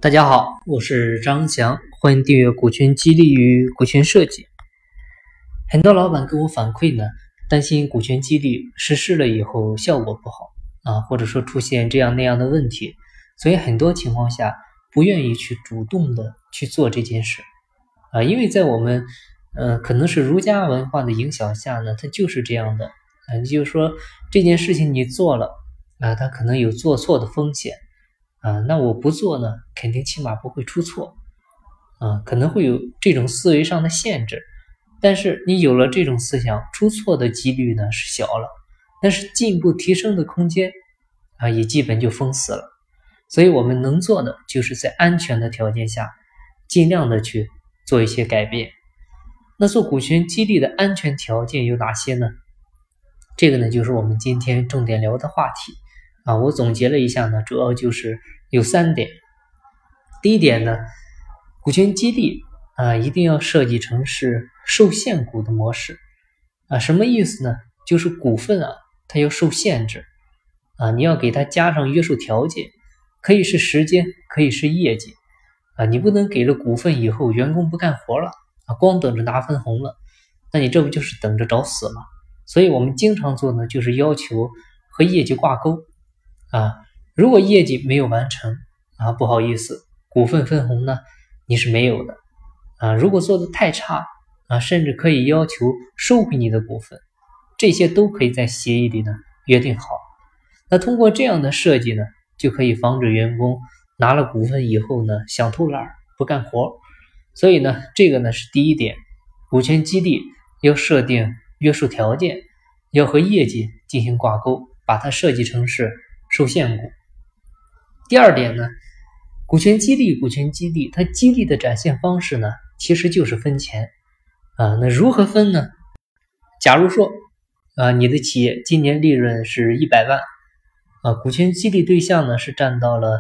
大家好，我是张翔，欢迎订阅股权激励与股权设计。很多老板跟我反馈呢，担心股权激励实施了以后效果不好或者说出现这样那样的问题，所以很多情况下不愿意去主动的去做这件事因为在我们可能是儒家文化的影响下呢，它就是这样的也就是说这件事情你做了它可能有做错的风险那我不做呢，肯定起码不会出错可能会有这种思维上的限制，但是你有了这种思想，出错的几率呢是小了，但是进步提升的空间也基本就封死了。所以我们能做的就是在安全的条件下，尽量的去做一些改变。那做股权激励的安全条件有哪些呢？这个呢就是我们今天重点聊的话题我总结了一下呢，主要就是有3点。第一点呢，股权激励一定要设计成是受限股的模式什么意思呢？就是股份它要受限制你要给它加上约束条件，可以是时间，可以是业绩你不能给了股份以后员工不干活了光等着拿分红了，那你这不就是等着找死吗？所以我们经常做呢，就是要求和业绩挂钩如果业绩没有完成不好意思，股份分红呢你是没有的如果做得太差甚至可以要求收回你的股份，这些都可以在协议里呢约定好。那通过这样的设计呢，就可以防止员工拿了股份以后呢想偷懒不干活。所以呢，这个呢是第一点，股权激励要设定约束条件，要和业绩进行挂钩，把它设计成是受限股。第二点呢，股权激励它激励的展现方式呢，其实就是分钱那如何分呢？假如说你的企业今年利润是100万股权激励对象呢是占到了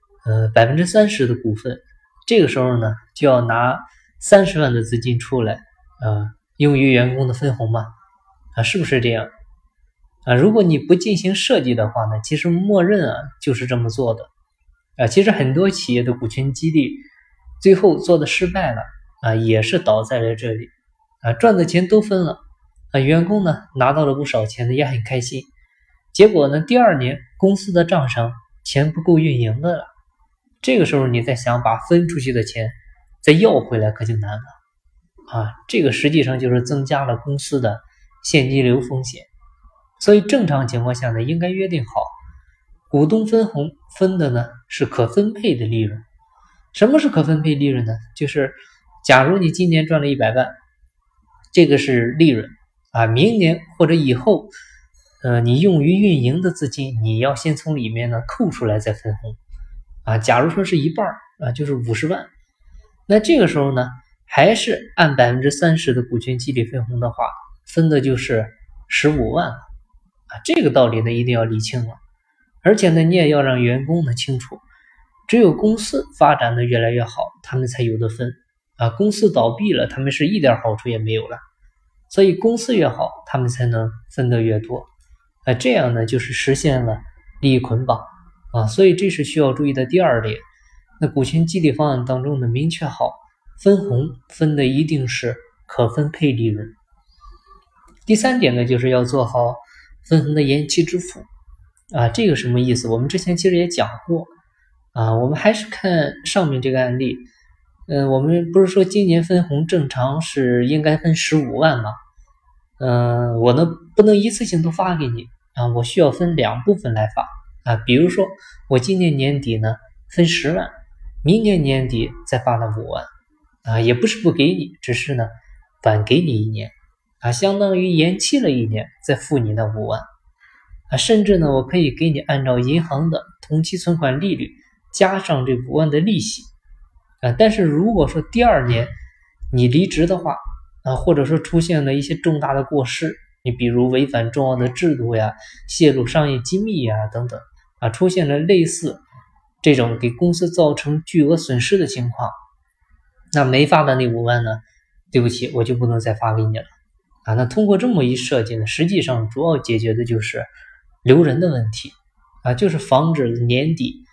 30%的股份，这个时候呢就要拿30万的资金出来用于员工的分红嘛是不是这样如果你不进行设计的话呢，其实默认就是这么做的其实很多企业的股权激励最后做的失败了也是倒在了这里赚的钱都分了员工呢拿到了不少钱的也很开心，结果呢第2年公司的账上钱不够运营的了，这个时候你再想把分出去的钱再要回来可就难了这个实际上就是增加了公司的现金流风险。所以正常情况下呢，应该约定好股东分红分的呢是可分配的利润。什么是可分配利润呢？就是假如你今年赚了100万，这个是利润明年或者以后你用于运营的资金，你要先从里面呢扣出来再分红假如说是一半就是50万，那这个时候呢还是按30%的股权激励分红的话，分的就是15万这个道理呢一定要理清了。而且呢你也要让员工呢清楚，只有公司发展的越来越好，他们才有的分公司倒闭了，他们是一点好处也没有了。所以公司越好，他们才能分得越多这样呢就是实现了利益捆绑所以这是需要注意的第2点。那股权激励方案当中呢，明确好分红分的一定是可分配利润。第3点呢，就是要做好分红的延期支付这个什么意思？我们之前其实也讲过我们还是看上面这个案例我们不是说今年分红正常是应该分15万吗我呢不能一次性都发给你我需要分2部分来发比如说我今年年底呢分10万，明年年底再发那5万也不是不给你，只是呢晚给你1年相当于延期了1年再付你那5万甚至呢我可以给你按照银行的同期存款利率加上这5万的利息但是如果说第2年你离职的话或者说出现了一些重大的过失，你比如违反重要的制度呀，泄露商业机密呀等等出现了类似这种给公司造成巨额损失的情况，那没发的那5万呢，对不起，我就不能再发给你了那通过这么一设计呢，实际上主要解决的就是留人的问题就是防止年底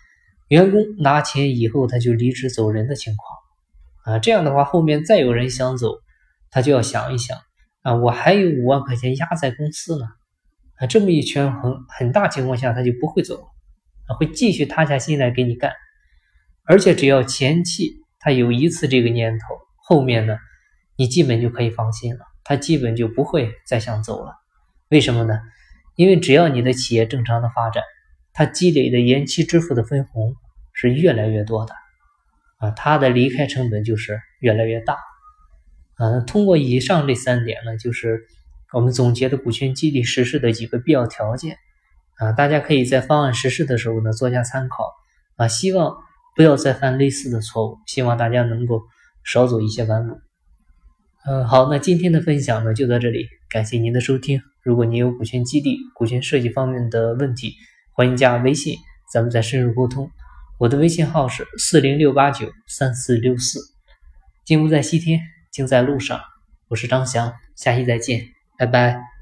员工拿钱以后他就离职走人的情况这样的话后面再有人想走，他就要想一想我还有5万块钱压在公司呢这么一权衡，很大情况下他就不会走了会继续塌下心来给你干。而且只要前期他有一次这个念头，后面呢你基本就可以放心了，他基本就不会再想走了。为什么呢？因为只要你的企业正常的发展，他积累的延期支付的分红是越来越多的他的离开成本就是越来越大通过以上这3点呢，就是我们总结的股权激励实施的几个必要条件大家可以在方案实施的时候呢做下参考希望不要再犯类似的错误，希望大家能够少走一些弯路。好，那今天的分享呢就到这里，感谢您的收听。如果您有股权激励、股权设计方面的问题，欢迎加微信，咱们再深入沟通。我的微信号是406893464。金不在西天，金在路上。我是张翔，下期再见，拜拜。